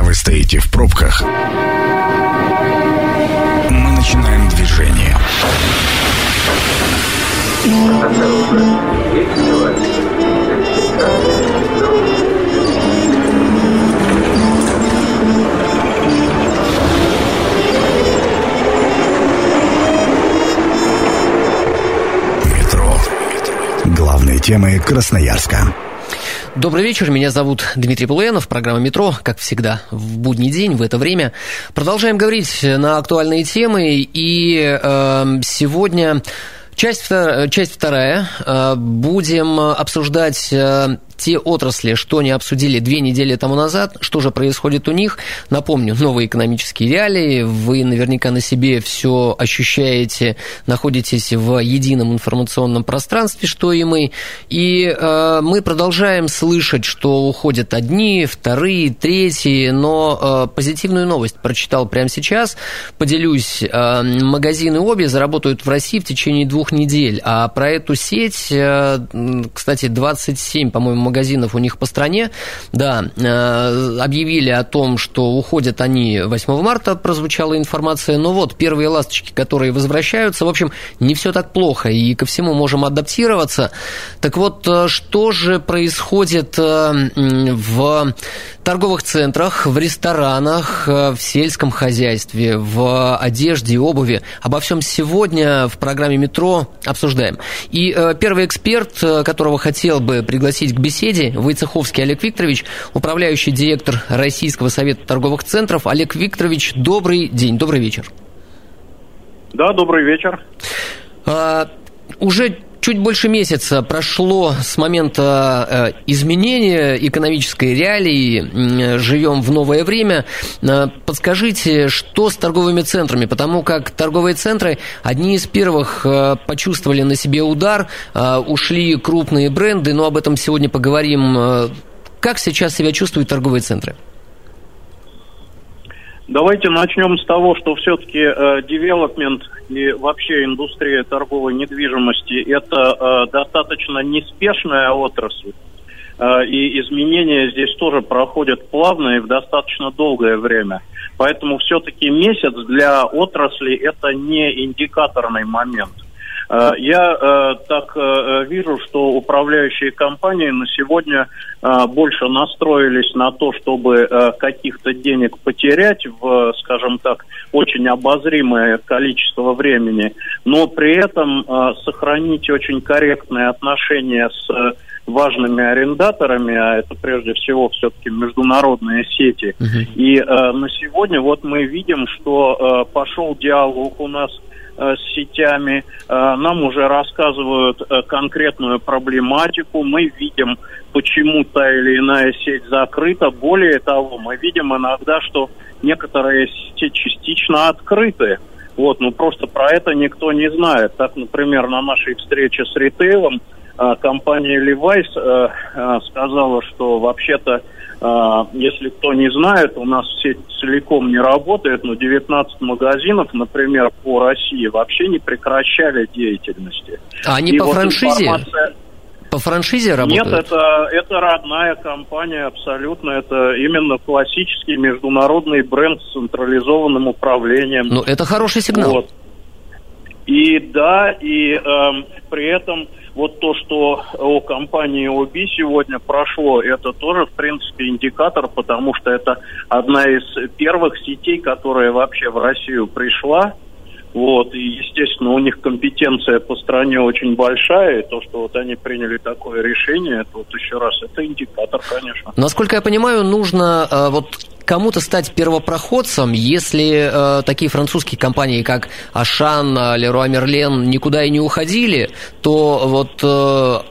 Вы стоите в пробках. Мы начинаем движение. Метро. Главные темы Красноярска. Добрый вечер, меня зовут Дмитрий Полуянов, программа «Метро», как всегда, в будний день, в это время. Продолжаем говорить на актуальные темы, и сегодня часть вторая. Будем обсуждать те отрасли, что не обсудили 2 недели тому назад, что же происходит у них. Напомню, новые экономические реалии, вы наверняка на себе все ощущаете, находитесь в едином информационном пространстве, что и мы. И мы продолжаем слышать, что уходят одни, вторые, третьи, но позитивную новость прочитал прямо сейчас, поделюсь. Магазины Оби заработают в России в течение 2 недель, а про эту сеть, кстати, 27, по-моему, магазинов у них по стране, да, объявили о том, что уходят они 8 марта, прозвучала информация, но вот первые ласточки, которые возвращаются, в общем, не все так плохо, и ко всему можем адаптироваться. Так вот, что же происходит в торговых центрах, в ресторанах, в сельском хозяйстве, в одежде и обуви? Обо всем сегодня в программе «Метро» обсуждаем. И первый эксперт, которого хотел бы пригласить к беседе, Войцеховский Олег Викторович, управляющий директор Российского совета торговых центров. Олег Викторович, добрый день, добрый вечер. Да, добрый вечер. Уже чуть больше месяца прошло с момента изменения экономической реалии, живем в новое время. Подскажите, что с торговыми центрами? Потому как торговые центры одни из первых почувствовали на себе удар, ушли крупные бренды, но об этом сегодня поговорим. Как сейчас себя чувствуют торговые центры? Давайте начнем с того, что все-таки девелопмент и вообще индустрия торговой недвижимости – это достаточно неспешная отрасль, и изменения здесь тоже проходят плавно и в достаточно долгое время. Поэтому все-таки месяц для отрасли – это не индикаторный момент. Я так вижу, что управляющие компании на сегодня больше настроились на то, чтобы каких-то денег потерять в, скажем так, очень обозримое количество времени, но при этом сохранить очень корректные отношения с важными арендаторами, а это прежде всего все-таки международные сети. И на сегодня вот мы видим, что пошел диалог у нас с сетями, нам уже рассказывают конкретную проблематику, мы видим, почему та или иная сеть закрыта. Более того, мы видим иногда, что некоторые сети частично открыты. Вот, но просто про это никто не знает. Так, например, на нашей встрече с ритейлом компания Levi's сказала, что вообще-то, если кто не знает, у нас сеть целиком не работает, но 19 магазинов, например, по России вообще не прекращали деятельности. А они по франшизе? По франшизе работают? Нет, это родная компания абсолютно. Это именно классический международный бренд с централизованным управлением. Ну, это хороший сигнал. Вот. И да, и при этом вот то, что у компании Оби сегодня прошло, это тоже, в принципе, индикатор, потому что это одна из первых сетей, которая вообще в Россию пришла. Вот, и, естественно, у них компетенция по стране очень большая, и то, что вот они приняли такое решение, это вот еще раз, это индикатор, конечно. Насколько я понимаю, нужно вот кому-то стать первопроходцем, если такие французские компании, как Ашан, Леруа Мерлен, никуда и не уходили, то вот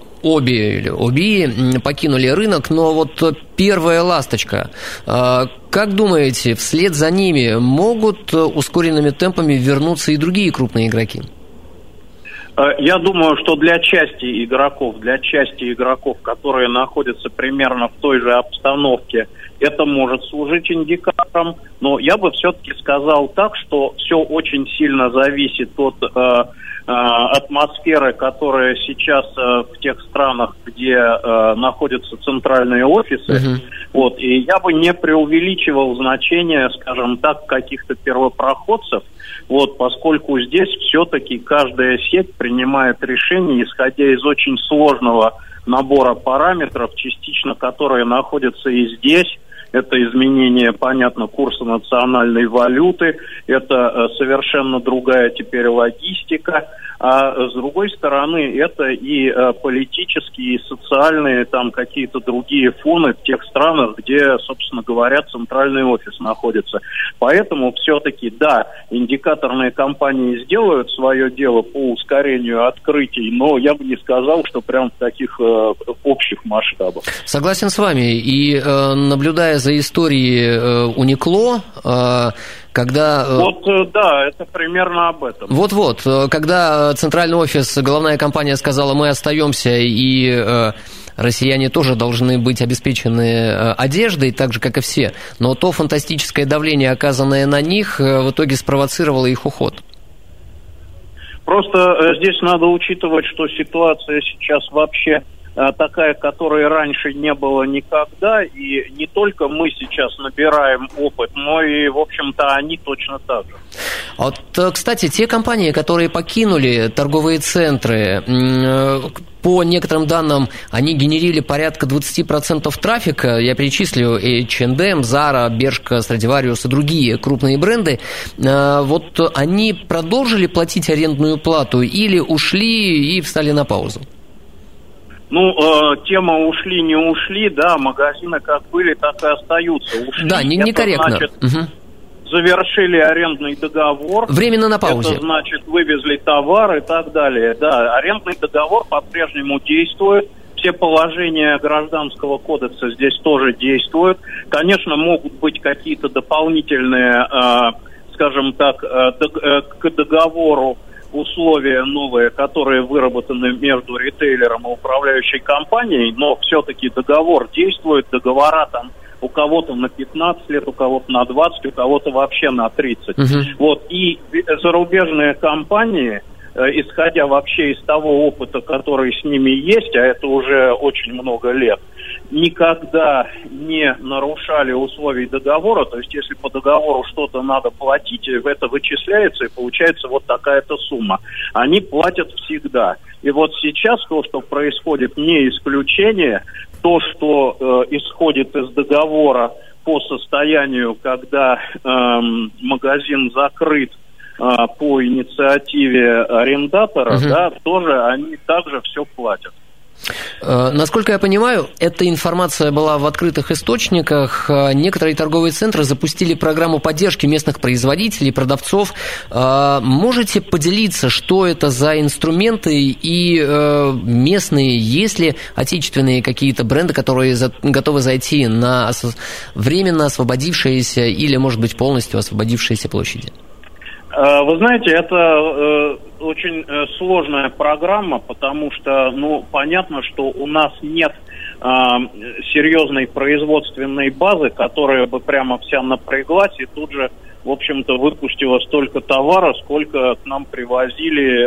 Оби покинули рынок, но вот первая ласточка, как думаете, вслед за ними могут ускоренными темпами вернуться и другие крупные игроки? Я думаю, что для части игроков, которые находятся примерно в той же обстановке, это может служить индикатором, но я бы все-таки сказал так, что все очень сильно зависит от атмосферы, которая сейчас в тех странах, где находятся центральные офисы. Вот, и я бы не преувеличивал значение, скажем так, каких-то первопроходцев, вот, поскольку здесь все-таки каждая сеть принимает решение, исходя из очень сложного набора параметров, частично которые находятся и здесь. Это изменение, понятно, курса национальной валюты, это совершенно другая теперь логистика, а с другой стороны, это и политические, и социальные, там какие-то другие фоны в тех странах, где, собственно говоря, центральный офис находится. Поэтому все-таки, да, индикаторные компании сделают свое дело по ускорению открытий, но я бы не сказал, что прям в таких общих масштабах. Согласен с вами. И наблюдая за историей Uniqlo, когда... Вот, да, это примерно об этом. Вот-вот, когда центральный офис, головная компания сказала, мы остаемся, и россияне тоже должны быть обеспечены одеждой, так же, как и все, но то фантастическое давление, оказанное на них, в итоге спровоцировало их уход. Просто здесь надо учитывать, что ситуация сейчас вообще такая, которой раньше не было никогда, и не только мы сейчас набираем опыт, но и, в общем-то, они точно так же. Вот, кстати, те компании, которые покинули торговые центры, по некоторым данным, они генерили порядка 20% трафика. Я перечислю H&M, Zara, Bershka, Stradivarius и другие крупные бренды. Вот они продолжили платить арендную плату или ушли и встали на паузу? Ну, тема ушли, не ушли, да, магазины как были, так и остаются. Ушли, да, некорректно. Это значит, завершили арендный договор. Временно на паузе. Это значит, вывезли товар и так далее. Да, арендный договор по-прежнему действует. Все положения Гражданского кодекса здесь тоже действуют. Конечно, могут быть какие-то дополнительные, скажем так, к договору условия новые, которые выработаны между ритейлером и управляющей компанией, но все-таки договор действует, договора там у кого-то на 15 лет, у кого-то на 20, у кого-то вообще на 30. Вот, и зарубежные компании, исходя вообще из того опыта, который с ними есть, а это уже очень много лет, никогда не нарушали условий договора, то есть если по договору что-то надо платить, это вычисляется и получается вот такая-то сумма. Они платят всегда. И вот сейчас то, что происходит, не исключение, то, что исходит из договора по состоянию, когда магазин закрыт по инициативе арендатора, да, тоже они также все платят. Насколько я понимаю, эта информация была в открытых источниках. Некоторые торговые центры запустили программу поддержки местных производителей, продавцов. Можете поделиться, что это за инструменты и местные, есть ли отечественные какие-то бренды, которые готовы зайти на временно освободившиеся или, может быть, полностью освободившиеся площади? Вы знаете, это очень сложная программа, потому что, ну, понятно, что у нас нет серьезной производственной базы, которая бы прямо вся напряглась и тут же, в общем-то, выпустила столько товара, сколько к нам привозили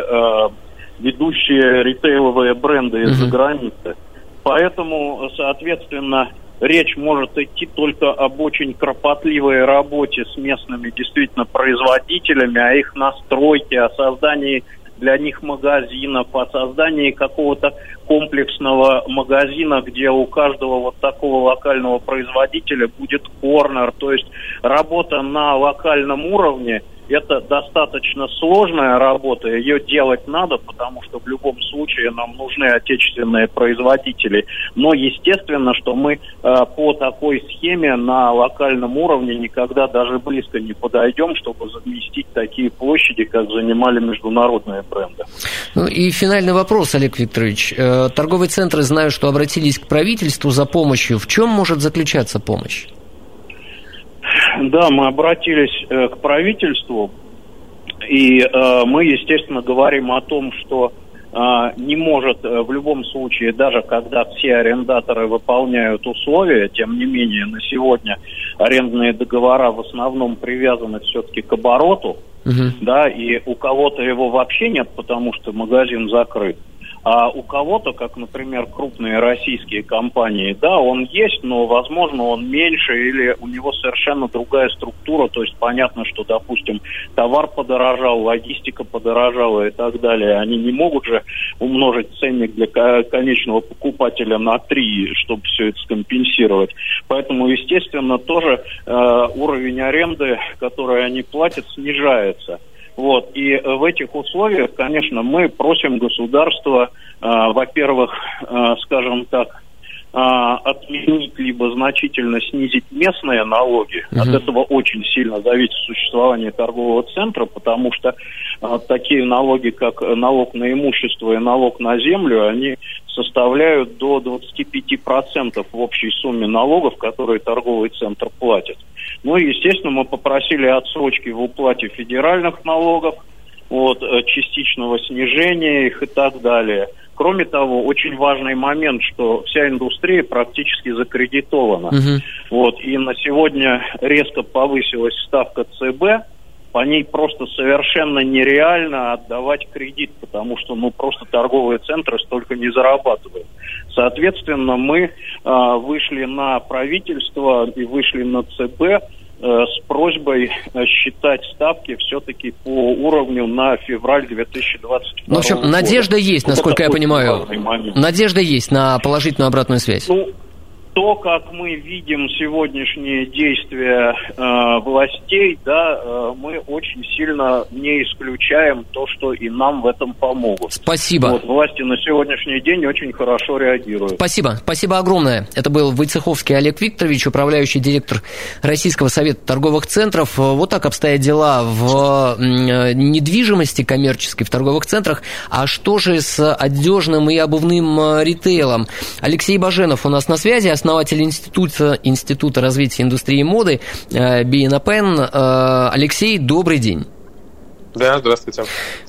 ведущие ритейловые бренды из-за границы. Поэтому, соответственно, речь может идти только об очень кропотливой работе с местными действительно производителями, о их настройке, о создании для них магазинов, о создании какого-то комплексного магазина, где у каждого вот такого локального производителя будет корнер. То есть работа на локальном уровне – это достаточно сложная работа, ее делать надо, потому что в любом случае нам нужны отечественные производители. Но естественно, что мы по такой схеме на локальном уровне никогда даже близко не подойдем, чтобы заместить такие площади, как занимали международные бренды. Ну и финальный вопрос, Олег Викторович. Торговые центры, знаю, что обратились к правительству за помощью. В чем может заключаться помощь? Да, мы обратились к правительству, и мы, естественно, говорим о том, что не может в любом случае, даже когда все арендаторы выполняют условия, тем не менее на сегодня арендные договора в основном привязаны все-таки к обороту, да, и у кого-то его вообще нет, потому что магазин закрыт. А у кого-то, как, например, крупные российские компании, да, он есть, но, возможно, он меньше или у него совершенно другая структура. То есть понятно, что, допустим, товар подорожал, логистика подорожала и так далее. Они не могут же умножить ценник для конечного покупателя на 3, чтобы все это скомпенсировать. Поэтому, естественно, тоже уровень аренды, который они платят, снижается. Вот. И в этих условиях, конечно, мы просим государства, во-первых, скажем так, отменить либо значительно снизить местные налоги. От этого очень сильно зависит существование торгового центра, потому что такие налоги, как налог на имущество и налог на землю, они составляют до 25% в общей сумме налогов, которые торговый центр платит. Ну и, естественно, мы попросили отсрочки в уплате федеральных налогов, вот, частичного снижения их и так далее. Кроме того, очень важный момент, что вся индустрия практически закредитована. Вот, и на сегодня резко повысилась ставка ЦБ, по ней просто совершенно нереально отдавать кредит, потому что просто торговые центры столько не зарабатывают. Соответственно, мы вышли на правительство и вышли на ЦБ с просьбой считать ставки все-таки по уровню на февраль 2022 года. В общем, надежда есть, насколько я понимаю. Надежда есть на положительную обратную связь. То, как мы видим сегодняшние действия властей, да, мы очень сильно не исключаем то, что и нам в этом помогут. Спасибо. Вот, власти на сегодняшний день очень хорошо реагируют. Спасибо. Спасибо огромное. Это был Войцеховский Олег Викторович, управляющий директор Российского совета торговых центров. Вот так обстоят дела в недвижимости коммерческой в торговых центрах. А что же с одежным и обувным ритейлом? Алексей Баженов у нас на связи, основатель Института развития индустрии моды BNPN. Алексей, добрый день. Да, здравствуйте.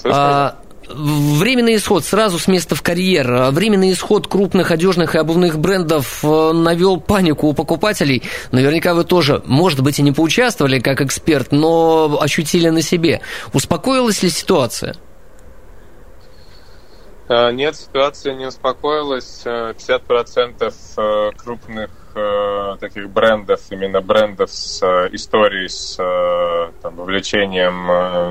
Временный исход сразу с места в карьер. Временный исход крупных одежных и обувных брендов навел панику у покупателей. Наверняка вы тоже, может быть, и не поучаствовали как эксперт, но ощутили на себе. Успокоилась ли ситуация? Нет, ситуация не успокоилась. 50% крупных таких брендов, именно брендов с историей, с вовлечением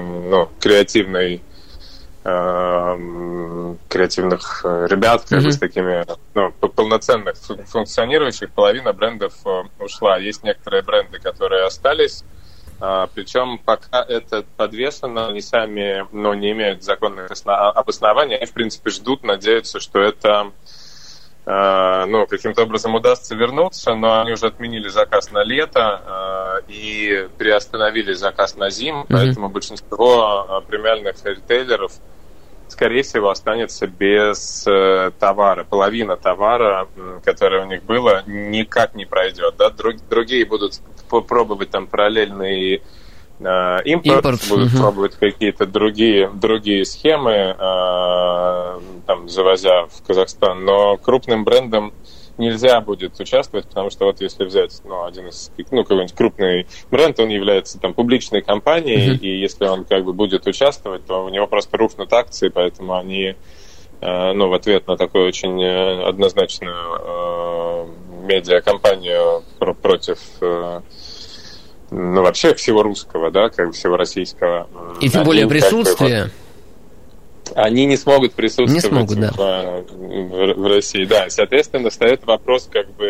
креативных ребят, с такими полноценных функционирующих, половина брендов ушла. Есть некоторые бренды, которые остались. Причем пока это подвешено, они сами не имеют законных обоснований, они, в принципе, ждут, надеются, что это каким-то образом удастся вернуться, но они уже отменили заказ на лето и приостановили заказ на зиму, поэтому большинство премиальных ритейлеров, скорее всего, останется без товара. Половина товара, которое у них было, никак не пройдет. Да? Другие будут пробовать параллельный импорт, будут пробовать какие-то другие схемы, завозя в Казахстан. Но крупным брендам нельзя будет участвовать, потому что если взять один из какой-нибудь крупный бренд, он является публичной компанией, и если он будет участвовать, то у него просто рухнут акции, поэтому они в ответ на такую очень однозначную медиакомпанию против вообще всего русского, да, всего российского. И тем более присутствие. Они не смогут присутствовать в России. Да, соответственно, встает вопрос,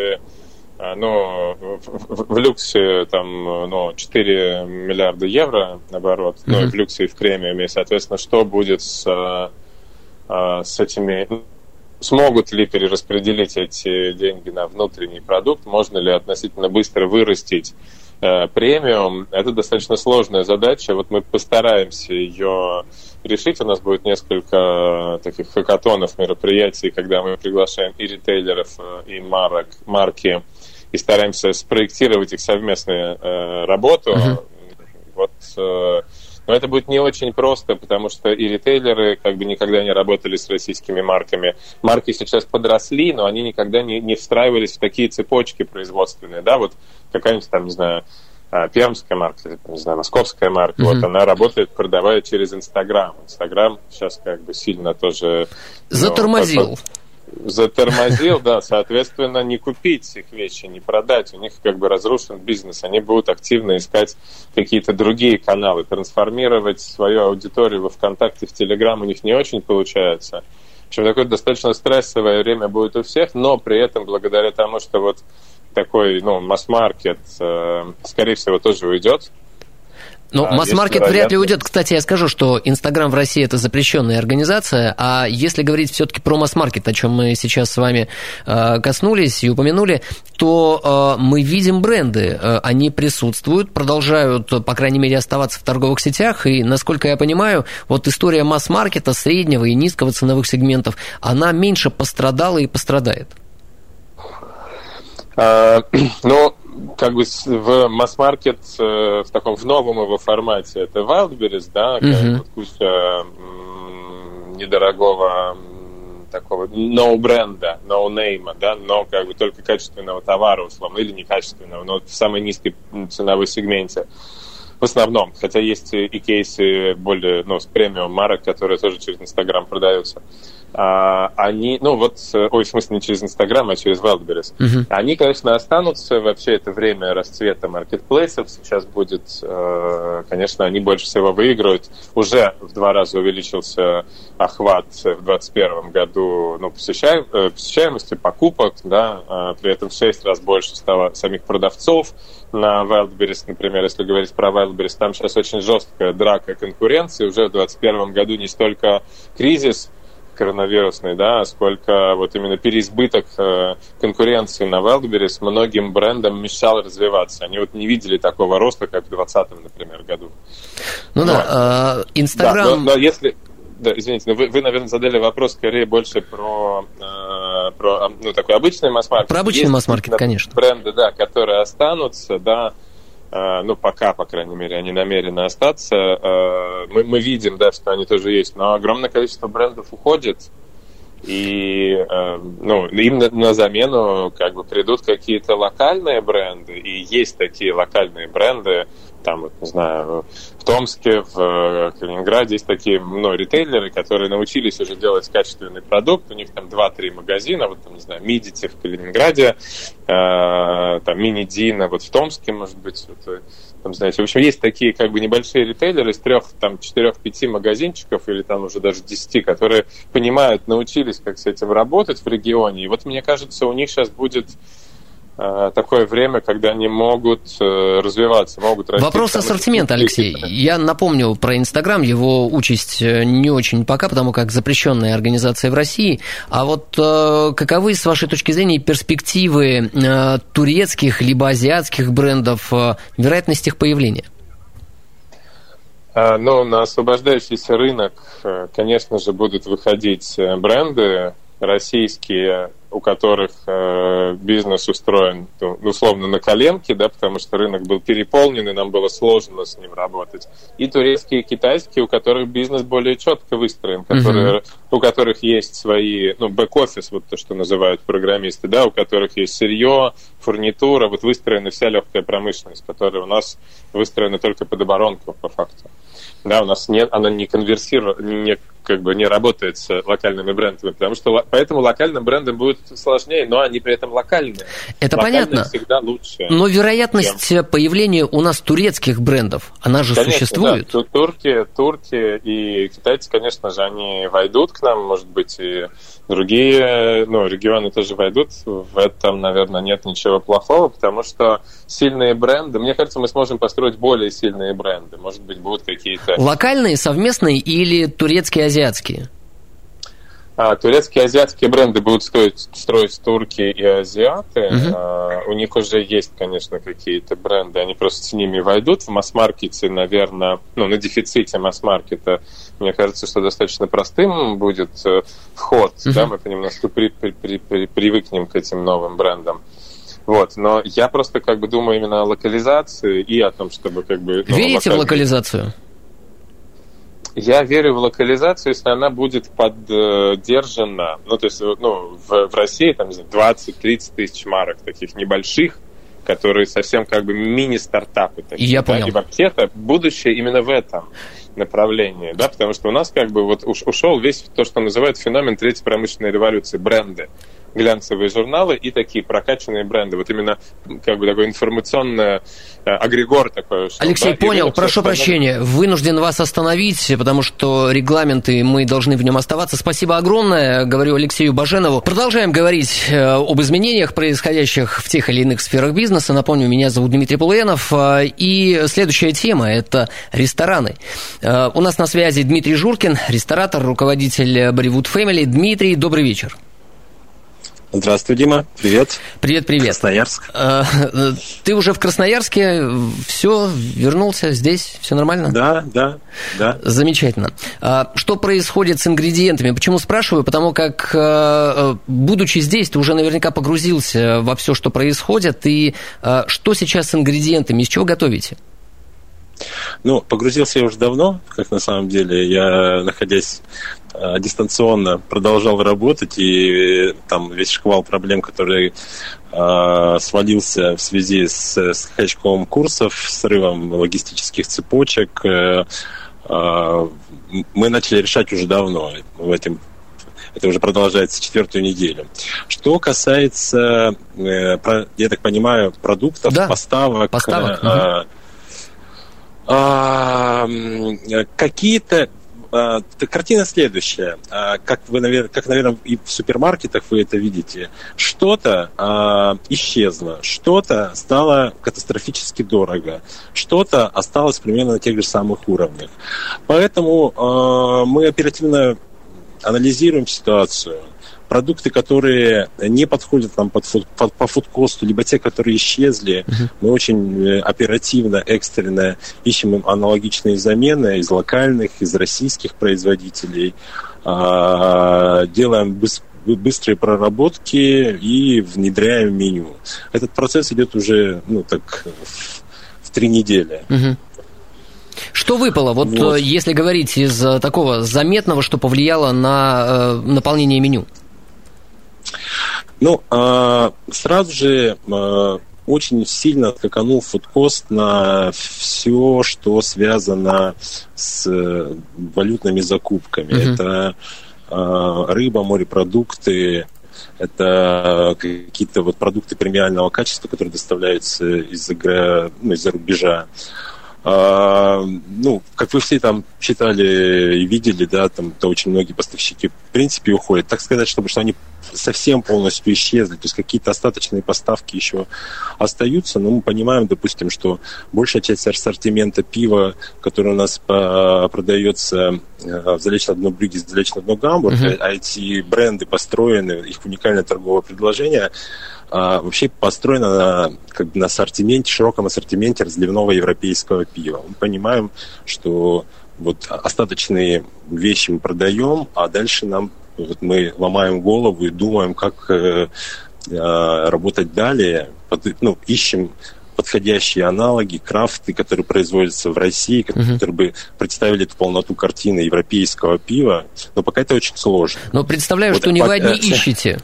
в люксе 4 миллиарда евро оборот, в люксе и в премиуме, соответственно, что будет с этими... Смогут ли перераспределить эти деньги на внутренний продукт? Можно ли относительно быстро вырастить премиум? Это достаточно сложная задача. Мы постараемся ее решить. У нас будет несколько таких хакатонов, мероприятий, когда мы приглашаем и ритейлеров, и марки, и стараемся спроектировать их совместную работу. Но это будет не очень просто, потому что и ритейлеры как бы никогда не работали с российскими марками. Марки сейчас подросли, но они никогда не встраивались в такие цепочки производственные, да, вот какая-нибудь там, не знаю, пермская марка, не знаю, московская марка, вот она работает, продавая через Инстаграм. Инстаграм сейчас как бы сильно тоже... Затормозил. Затормозил, да, соответственно, не купить их вещи, не продать, у них как бы разрушен бизнес, они будут активно искать какие-то другие каналы, трансформировать свою аудиторию во ВКонтакте, в Телеграм у них не очень получается. В общем, такое достаточно стрессовое время будет у всех, но при этом, благодаря тому, что вот такой, масс-маркет, скорее всего, тоже уйдет. Ну, масс-маркет вряд ли уйдет. Кстати, я скажу, что Инстаграм в России – это запрещенная организация, а если говорить все-таки про масс-маркет, о чем мы сейчас с вами коснулись и упомянули, то мы видим бренды, они присутствуют, продолжают, по крайней мере, оставаться в торговых сетях, и, насколько я понимаю, вот история масс-маркета среднего и низкого ценовых сегментов, она меньше пострадала и пострадает. Как бы в масс-маркет в таком в новом его формате это Wildberries, да, куча недорогого такого no-бренда, no-нейма, да, но как бы только качественного товара, условно, или некачественного, но в самой низкой ценовой сегменте. В основном, хотя есть и кейсы более, с премиум марок, которые тоже через Инстаграм продаются. Они, в смысле не через Инстаграм, а через Wildberries. Они, конечно, останутся вообще это время расцвета маркетплейсов. Сейчас будет, конечно, они больше всего выиграют. Уже в 2 раза увеличился охват в 2021 году посещаемости, покупок, да, при этом в 6 раз больше стало самих продавцов на Wildberries, например, если говорить про Wildberries, там сейчас очень жесткая драка конкуренции. Уже в 2021 году не столько кризис коронавирусный, да, сколько вот именно переизбыток конкуренции на Wildberries многим брендам мешал развиваться. Они вот не видели такого роста, как в 2020, например, году. Инстаграм... извините, вы, наверное, задали вопрос скорее больше про такой обычный масс-маркет. Про обычный масс-маркет, конечно. Бренды, да, которые останутся, да, пока, по крайней мере, они намерены остаться. Мы видим, да, что они тоже есть, но огромное количество брендов уходит, и им на замену как бы придут какие-то локальные бренды, и есть такие локальные бренды, там, не знаю, в Томске, в Калининграде есть такие ритейлеры, которые научились уже делать качественный продукт. У них там 2-3 магазина, вот там, не знаю, Мидити в Калининграде, там Мини-Дина вот в Томске, может быть, там, знаете, в общем, есть такие как бы небольшие ритейлеры из 3, 4, 5 магазинчиков или там уже даже 10, которые понимают, научились, как с этим работать в регионе. И вот мне кажется, у них сейчас будет такое время, когда они могут развиваться, могут расти. Вопрос ассортимента, Алексей. Я напомню про Инстаграм, его участь не очень пока, потому как запрещенная организация в России. А вот каковы, с вашей точки зрения, перспективы турецких либо азиатских брендов, вероятность их появления? На освобождающийся рынок, конечно же, будут выходить бренды российские, у которых бизнес устроен, условно, на коленке, да, потому что рынок был переполнен, и нам было сложно с ним работать. И турецкие, и китайские, у которых бизнес более четко выстроен, у которых есть свои, бэк-офис, вот то, что называют программисты, да, у которых есть сырье, фурнитура, вот выстроена вся легкая промышленность, которая у нас выстроена только под оборонку, по факту. Да, у нас нет, она не конверсирует, не работает с локальными брендами, потому что поэтому локальным брендам будет сложнее, но они при этом локальные. Это локальные понятно. Всегда лучше. Но вероятность появления у нас турецких брендов, она же конечно, существует. Да. Турки и китайцы, конечно же, они войдут к нам, может быть, и другие регионы тоже войдут. В этом, наверное, нет ничего плохого, потому что сильные бренды, мне кажется, мы сможем построить более сильные бренды. Может быть, будут какие-то... Локальные, совместные или турецкие, азиатские? Турецкие и азиатские бренды будут строить турки и азиаты. У них уже есть, конечно, какие-то бренды, они просто с ними войдут. В масс-маркете, наверное, на дефиците масс-маркета, мне кажется, что достаточно простым будет вход. Да, мы понемножку привыкнем к этим новым брендам. Вот, но я просто думаю именно о локализации и о том, чтобы Верите в локализацию? Я верю в локализацию, если она будет поддержана. Ну, то есть, в России там 20-30 тысяч марок таких небольших, которые совсем как бы мини-стартапы. Такие, я понял. И вообще-то будущее именно в этом направлении, да, потому что у нас как бы вот ушел весь то, что называют феномен третьей промышленной революции, бренды. Глянцевые журналы и такие прокачанные бренды. Вот именно как бы такой информационный агрегор такой. Алексей, понял, прошу прощения, вынужден вас остановить, потому что регламенты, мы должны в нем оставаться. Спасибо огромное, говорю Алексею Баженову. Продолжаем говорить об изменениях, происходящих в тех или иных сферах бизнеса. Напомню, меня зовут Дмитрий Полуенов, и следующая тема – это рестораны. У нас на связи Дмитрий Журкин, ресторатор, руководитель Bollywood Family. Дмитрий, добрый вечер. Здравствуй, Дима. Привет. Привет. Красноярск. Ты уже в Красноярске? Все, вернулся здесь? Все нормально? Да. Замечательно. Что происходит с ингредиентами? Почему спрашиваю? Потому как, будучи здесь, ты уже наверняка погрузился во все, что происходит. И что сейчас с ингредиентами? Из чего готовите? Погрузился я уже давно, как на самом деле. Я, находясь дистанционно, продолжал работать, и там весь шквал проблем, который свалился в связи с скачком курсов, срывом логистических цепочек, мы начали решать уже давно. Это уже продолжается 4-ю неделю. Что касается, я так понимаю, продуктов, да, поставок. Какие-то картина следующая. Как, наверное, и в супермаркетах вы это видите. Что-то исчезло, что-то стало катастрофически дорого, что-то осталось примерно на тех же самых уровнях. Поэтому мы оперативно анализируем ситуацию. Продукты, которые не подходят нам по фудкосту, либо те, которые исчезли, мы очень оперативно, экстренно ищем им аналогичные замены из локальных, из российских производителей, делаем быстрые проработки и внедряем меню. Этот процесс идет уже в 3 недели. Что выпало, вот если говорить из такого заметного, что повлияло на наполнение меню? Сразу же очень сильно скаканул фудкост на все, что связано с валютными закупками. Это рыба, морепродукты, это какие-то продукты премиального качества, которые доставляются из-за рубежа. Как вы все там читали и видели, да, то очень многие поставщики в принципе уходят. Так сказать, что они совсем полностью исчезли, то есть какие-то остаточные поставки еще остаются, но мы понимаем, допустим, что большая часть ассортимента пива, который у нас продается в Заречном дно Брюгге, в Заречном дно Гамбург, а эти бренды построены, их уникальное торговое предложение вообще построено на ассортименте, широком ассортименте разливного европейского пива. Мы понимаем, что остаточные вещи мы продаем, а дальше мы ломаем голову и думаем, как работать далее. Ищем подходящие аналоги, крафты, которые производятся в России, которые бы представили эту полноту картины европейского пива. Но пока это очень сложно. Но представляю, что не вы одни ищете.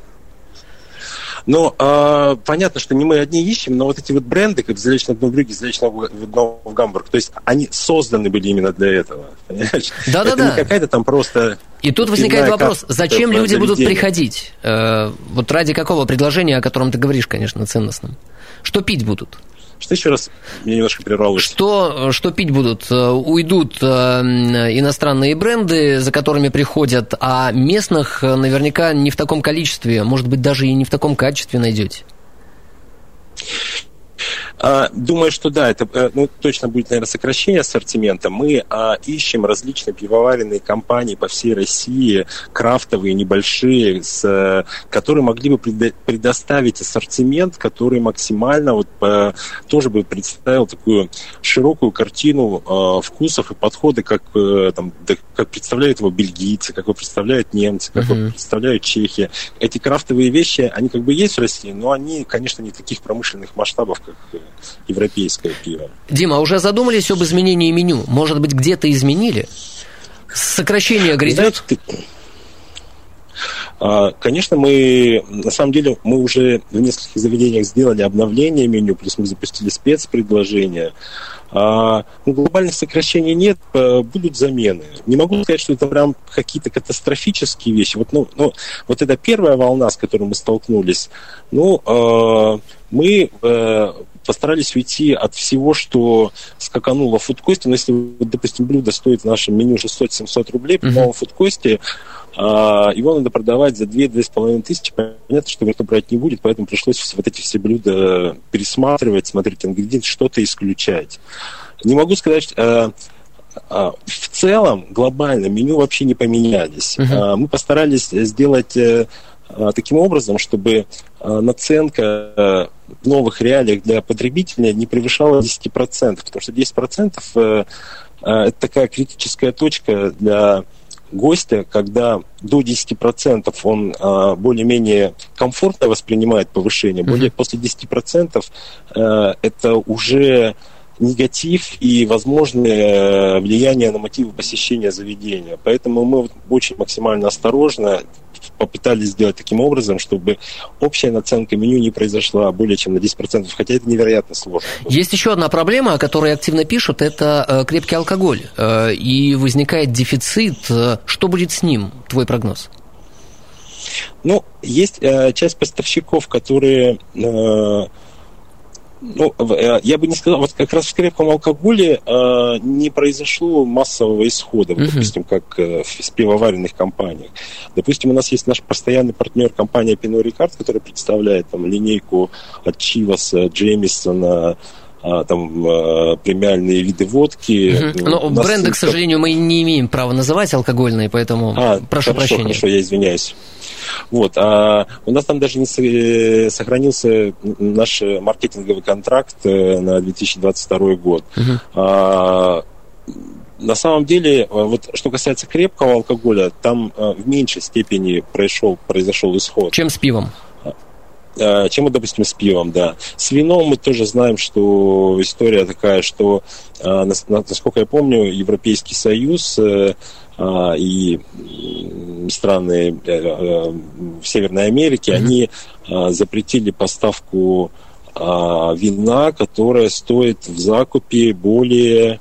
Понятно, что не мы одни ищем, но эти бренды, как Заречное дно Брюгге, Заречное дно в Гамбург, то есть они созданы были именно для этого. Понимаешь? Да. Это не какая-то там просто... И тут возникает вопрос, зачем люди будут приходить? Ради какого предложения, о котором ты говоришь, конечно, ценностном? Что пить будут? Что еще раз? Я немножко прервалось. Что пить будут? Уйдут иностранные бренды, за которыми приходят, а местных наверняка не в таком количестве, может быть, даже и не в таком качестве найдете. Думаю, что да, это точно будет, наверное, сокращение ассортимента. Мы ищем различные пивоваренные компании по всей России, крафтовые, небольшие, которые могли бы предоставить ассортимент, который максимально тоже бы представил такую широкую картину вкусов и подходы, как представляют его бельгийцы, как его представляют немцы, как его представляют чехи. Эти крафтовые вещи, они есть в России, но они, конечно, не таких промышленных масштабов, как европейское пиво. Дима, уже задумались об изменении меню? Может быть, где-то изменили? Сокращение грядет? Конечно, на самом деле, мы уже в нескольких заведениях сделали обновление меню, плюс мы запустили спецпредложения. Глобальных сокращений нет, будут замены. Не могу сказать, что это прям какие-то катастрофические вещи. Вот это первая волна, с которой мы столкнулись. Мы постарались уйти от всего, что скакануло в фудкосте. Но если, допустим, блюдо стоит в нашем меню 600-700 рублей, по новому фудкосте, его надо продавать за 2-2,5 тысячи. Понятно, что никто брать не будет, поэтому пришлось вот эти все блюда пересматривать, смотреть ингредиенты, что-то исключать. Не могу сказать, в целом глобально меню вообще не поменялись. Мы постарались сделать таким образом, чтобы наценка в новых реалиях для потребителя не превышала 10%, потому что 10% это такая критическая точка для гостя, когда до 10% он более-менее комфортно воспринимает повышение, после 10% это уже негатив и возможное влияние на мотивы посещения заведения. Поэтому мы очень максимально осторожно попытались сделать таким образом, чтобы общая наценка меню не произошла более чем на 10%, хотя это невероятно сложно. Есть еще одна проблема, о которой активно пишут, это крепкий алкоголь. И возникает дефицит. Что будет с ним? Твой прогноз? Есть часть поставщиков, которые... я бы не сказал, вот как раз в крепком алкоголе не произошло массового исхода, допустим, как в пивоваренных компаниях. Допустим, у нас есть наш постоянный партнер, компания Pernod Ricard, которая представляет линейку от Чиваса, Джеймисона, премиальные виды водки. Но бренды, к сожалению, мы не имеем права называть алкогольные, поэтому прошу прощения. Хорошо, я извиняюсь. У нас там даже не сохранился наш маркетинговый контракт на 2022 год. На самом деле, что касается крепкого алкоголя, там в меньшей степени произошел исход. Чем с пивом? Чем, допустим, с пивом, да. С вином мы тоже знаем, что история такая, что, насколько я помню, Европейский Союз и страны Северной Америки, они запретили поставку вина, которое стоит в закупе более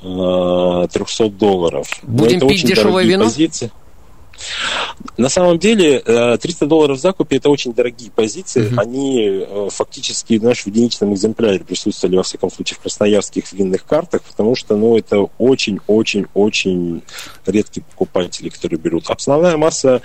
$300. Будем пить дешевое вино? Позиции. На самом деле $300 в закупе — это очень дорогие позиции. Они фактически в единичном экземпляре присутствовали, во всяком случае, в красноярских винных картах, потому что это очень-очень-очень редкие покупатели, которые берут. Основная масса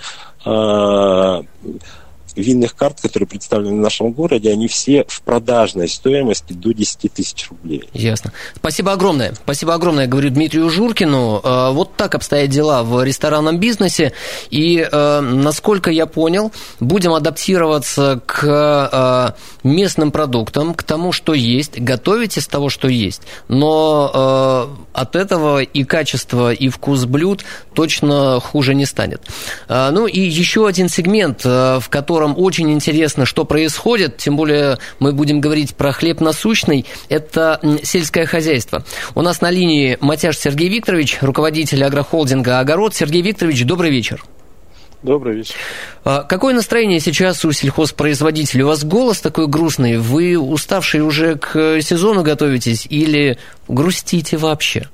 винных карт, которые представлены в нашем городе, они все в продажной стоимости до 10 тысяч рублей. Ясно. Спасибо огромное. Спасибо огромное, говорю Дмитрию Журкину. Вот так обстоят дела в ресторанном бизнесе. И, насколько я понял, будем адаптироваться к местным продуктам, к тому, что есть, готовить из того, что есть. Но от этого и качество, и вкус блюд точно хуже не станет. И еще один сегмент, в котором очень интересно, что происходит, тем более мы будем говорить про хлеб насущный, это сельское хозяйство. У нас на линии Матяш Сергей Викторович, руководитель агрохолдинга «Огород». Сергей Викторович, добрый вечер. Добрый вечер. Какое настроение сейчас у сельхозпроизводителей? У вас голос такой грустный, вы уставшие уже к сезону готовитесь или грустите вообще?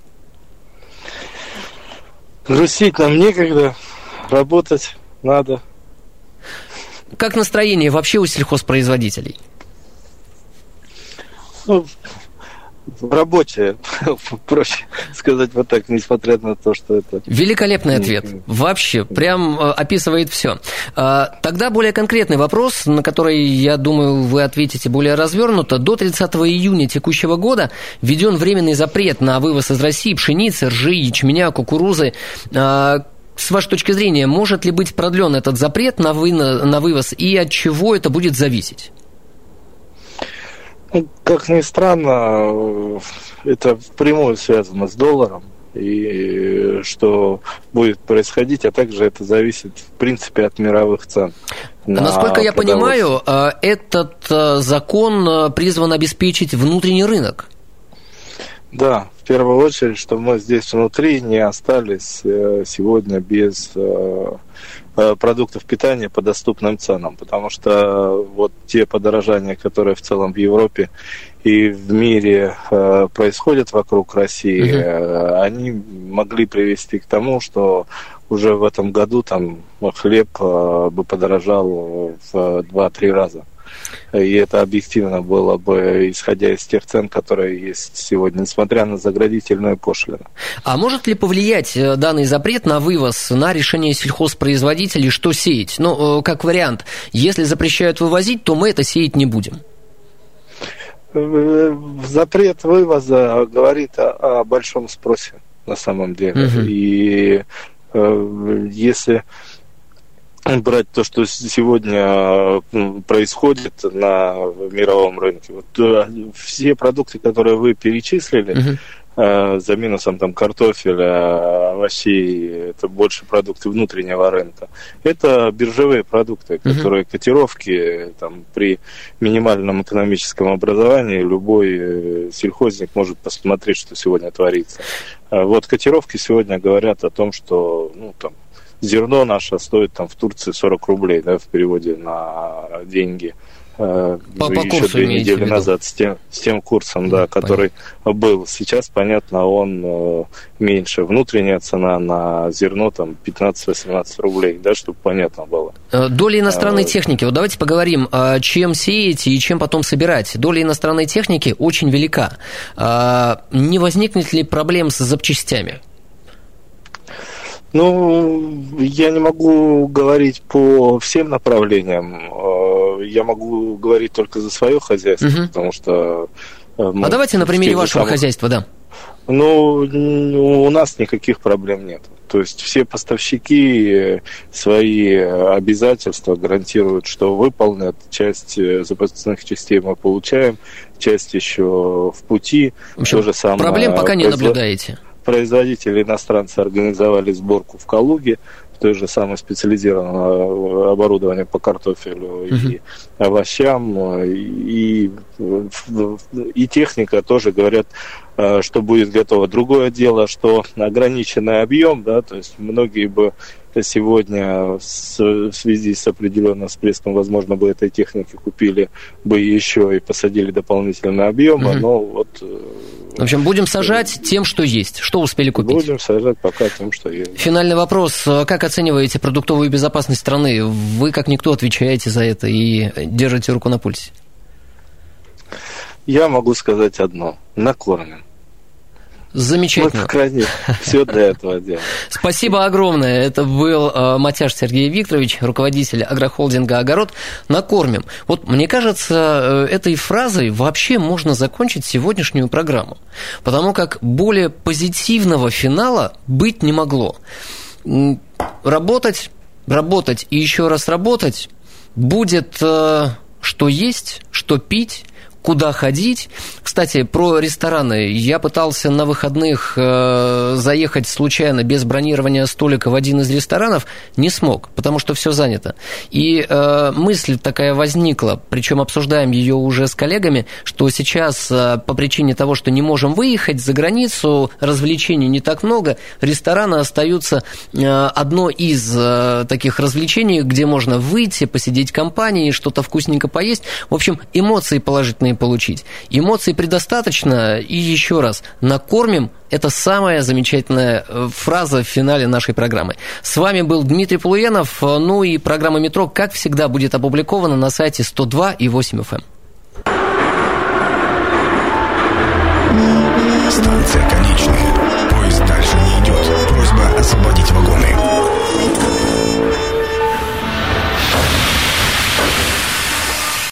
Грустить нам некогда, работать надо. Как настроение вообще у сельхозпроизводителей? В работе, проще сказать вот так, несмотря на то, что это... Великолепный ответ. Вообще, прям описывает все. Тогда более конкретный вопрос, на который, я думаю, вы ответите более развернуто. До 30 июня текущего года введен временный запрет на вывоз из России пшеницы, ржи, ячменя, кукурузы. С вашей точки зрения, может ли быть продлен этот запрет на вывоз и от чего это будет зависеть? Как ни странно, это впрямую связано с долларом, и что будет происходить, а также это зависит, в принципе, от мировых цен. Насколько я понимаю, этот закон призван обеспечить внутренний рынок. Да, в первую очередь, что мы здесь внутри не остались сегодня без продуктов питания по доступным ценам, потому что вот те подорожания, которые в целом в Европе и в мире происходят вокруг России, они могли привести к тому, что уже в этом году там хлеб бы подорожал в 2-3 раза. И это объективно было бы, исходя из тех цен, которые есть сегодня, несмотря на заградительную пошлину. А может ли повлиять данный запрет на вывоз, на решение сельхозпроизводителей, что сеять? Ну, как вариант, если запрещают вывозить, то мы это сеять не будем. Запрет вывоза говорит о большом спросе на самом деле. И если брать то, что сегодня происходит на мировом рынке, вот все продукты, которые вы перечислили, за минусом там картофеля, овощей, это больше продукты внутреннего рынка. Это биржевые продукты, которые котировки там, при минимальном экономическом образовании любой сельхозник может посмотреть, что сегодня творится. Вот котировки сегодня говорят о том, что зерно наше стоит там в Турции 40 рублей, да, в переводе на деньги. По еще 2 недели назад с тем курсом, да, который был. Сейчас, понятно, он меньше. Внутренняя цена на зерно там 15-18 рублей, да, чтобы понятно было. Доля иностранной техники. Вот давайте поговорим, чем сеять и чем потом собирать. Доля иностранной техники очень велика. Не возникнет ли проблем с запчастями? Я не могу говорить по всем направлениям. Я могу говорить только за свое хозяйство, потому что... давайте на примере вашего хозяйства, да. У нас никаких проблем нет. То есть все поставщики свои обязательства гарантируют, что выполнят. Часть запасных частей мы получаем, часть еще в пути. В общем, то же самое, проблем пока не наблюдаете. Производители иностранцы организовали сборку в Калуге, той же самой специализированного оборудования по картофелю и овощам, и техника тоже говорят, что будет готово. Другое дело, что ограниченный объем, да, то есть многие бы сегодня в связи с определенным всплеском, возможно, бы этой техники купили бы еще и посадили дополнительные объемы, но вот... В общем, будем сажать тем, что есть. Что успели купить? Будем сажать пока тем, что есть. Финальный вопрос. Как оцениваете продуктовую безопасность страны? Вы, как никто, отвечаете за это и держите руку на пульсе. Я могу сказать одно. Накормим. Замечательно. Мы, по крайней мере, все для этого делаем. Спасибо огромное. Это был Матяш Сергей Викторович, руководитель агрохолдинга «Огород». Накормим. Вот мне кажется, этой фразой вообще можно закончить сегодняшнюю программу, потому как более позитивного финала быть не могло. Работать и еще раз работать будет что есть, что пить, куда ходить. Кстати, про рестораны. Я пытался на выходных заехать случайно без бронирования столика в один из ресторанов, не смог, потому что все занято. И мысль такая возникла, причем обсуждаем ее уже с коллегами, что сейчас по причине того, что не можем выехать за границу, развлечений не так много, рестораны остаются одно из таких развлечений, где можно выйти, посидеть в компании, что-то вкусненько поесть. В общем, эмоции положительные получить. Эмоций предостаточно, и еще раз, накормим – это самая замечательная фраза в финале нашей программы. С вами был Дмитрий Полуянов, и программа «Метро», как всегда, будет опубликована на сайте 102.8 FM. Станция конечная. Поезд дальше не идет. Просьба освободить вагоны.